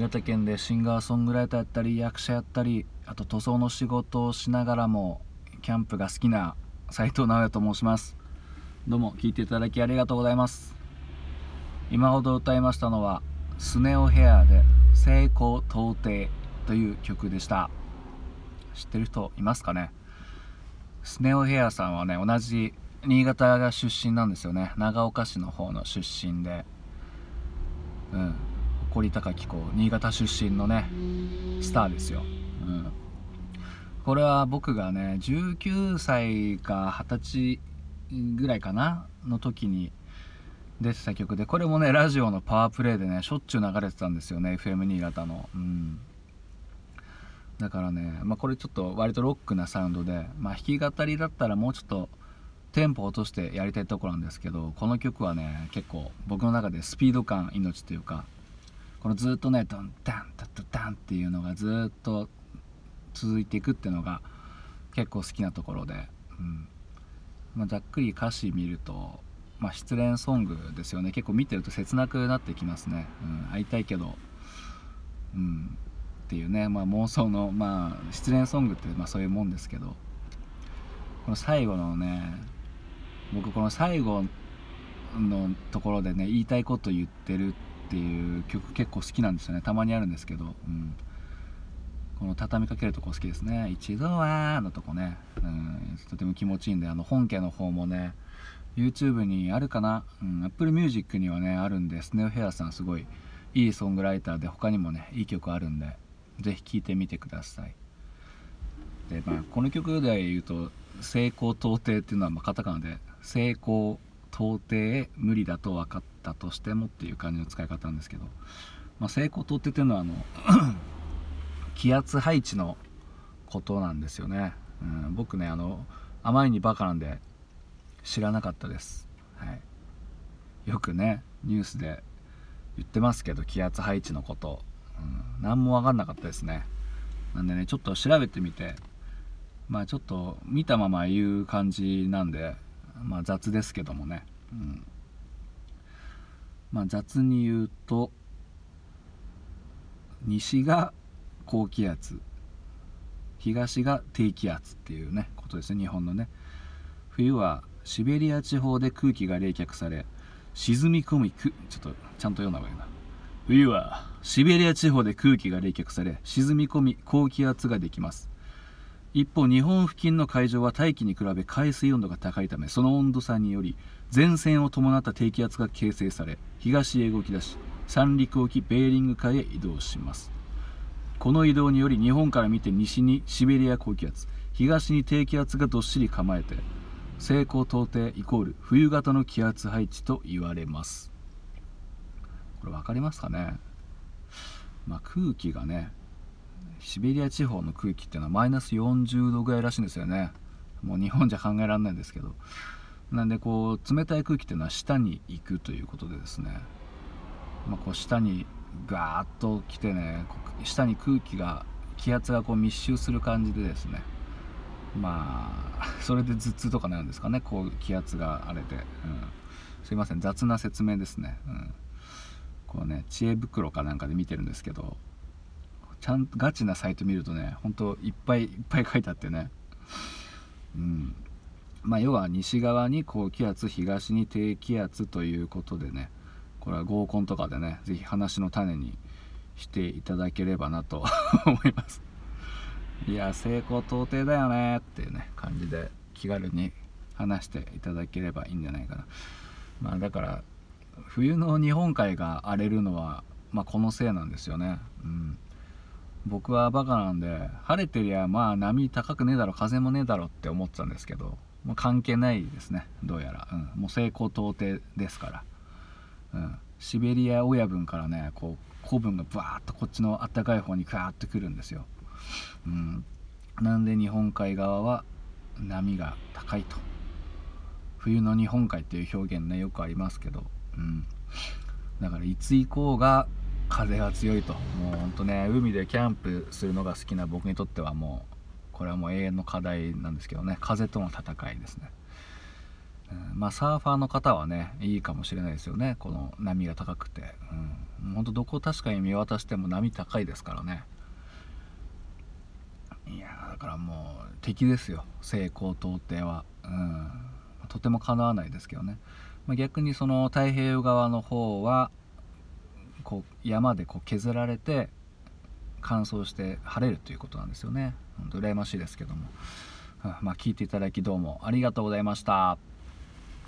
潟県でシンガーソングライターやったり役者やったり、あと塗装の仕事をしながらもキャンプが好きな斉藤直哉と申します。どうも聞いていただきありがとうございます。今ほど歌いましたのはスネオヘアで成功到底という曲でした。知ってる人いますかね。スネオヘアさんはね、同じ新潟が出身なんですよね。長岡市の方の出身で、誇り高き新潟出身のねスターですよ。これは僕がね19歳か20歳ぐらいかなの時に出てた曲で、これもねラジオのパワープレイでねしょっちゅう流れてたんですよね、 FM 新潟の。だからね、これちょっと割とロックなサウンドで、弾き語りだったらもうちょっとテンポ落としてやりたいところなんですけど、この曲はね結構僕の中でスピード感命というか、このずっとねドンダンタッタダンっていうのがずっと続いていくっていうのが結構好きなところで、ざっくり歌詞見ると、失恋ソングですよね。結構見てると切なくなってきますね。会いたいけどっていうね、妄想の失恋ソングってそういうもんですけど、この最後のね、僕この最後のところでね言いたいこと言ってるっていう曲結構好きなんですよね。たまにあるんですけど、この畳みかけるとこ好きですね。一度はのとこね、とても気持ちいいんで、本家の方もね YouTube にあるかな、Apple Music にはねあるんで、スネオヘアさんすごいいいソングライターで、他にもねいい曲あるんでぜひ聴いてみてください。で、この曲で言うと成功到底っていうのはカタカナで成功到底無理だと分かったとしてもっていう感じの使い方なんですけど、成功到底っていうのは気圧配置のことなんですよね。僕ねあまりにバカなんで知らなかったです。よくねニュースで言ってますけど、気圧配置のこと、何も分かんなかったですね。なんでねちょっと調べてみて、ちょっと見たまま言う感じなんで、雑ですけどもね、雑に言うと、西が高気圧、東が低気圧っていうねことですね、日本のね。冬はシベリア地方で空気が冷却され沈み込みちょっとちゃんと読んだ方がいいな。冬はシベリア地方で空気が冷却され沈み込み高気圧ができます。一方、日本付近の海上は大気に比べ海水温度が高いため、その温度差により前線を伴った低気圧が形成され東へ動き出し、三陸沖ベーリング海へ移動します。この移動により日本から見て西にシベリア高気圧、東に低気圧がどっしり構えて、西高東低イコール冬型の気圧配置と言われます。これ分かりますかね。空気がね、シベリア地方の空気っていうのはマイナス40度ぐらいらしいんですよね。もう日本じゃ考えられないんですけど、なんで冷たい空気っていうのは下に行くということでですね、下にガーッと来てね、下に空気が気圧が密集する感じでですね、それで頭痛とかなるんですかね、気圧が荒れて、すいません雑な説明ですね。知恵袋かなんかで見てるんですけど、ちゃんとガチなサイト見るとね、本当いっぱい書いてあってね、要は西側に高気圧、東に低気圧ということでね、これは合コンとかでねぜひ話の種にしていただければなと思います。いや、成功到底だよねっていうね感じで気軽に話していただければいいんじゃないかな。だから冬の日本海が荒れるのはこのせいなんですよね。僕はバカなんで、晴れてりゃ波高くねえだろ、風もねえだろって思ってたんですけど、関係ないですね、どうやら。もう西高東低ですから、シベリア親分からね古文がバーッとこっちの暖かい方にガーッとくるんですよ。なんで日本海側は波が高いと、冬の日本海っていう表現ねよくありますけど、だからいつ以降が風が強いと、もうほんとね海でキャンプするのが好きな僕にとってはもうこれはもう永遠の課題なんですけどね、風との戦いですね。サーファーの方はねいいかもしれないですよね、この波が高くて、 ほんとどこ確かに見渡しても波高いですからね。いやだからもう敵ですよ、西高東低は。とてもかなわないですけどね。逆にその太平洋側の方はこう山でこう削られて乾燥して晴れるということなんですよね。本当羨ましいですけども、聞いていただきどうもありがとうございました。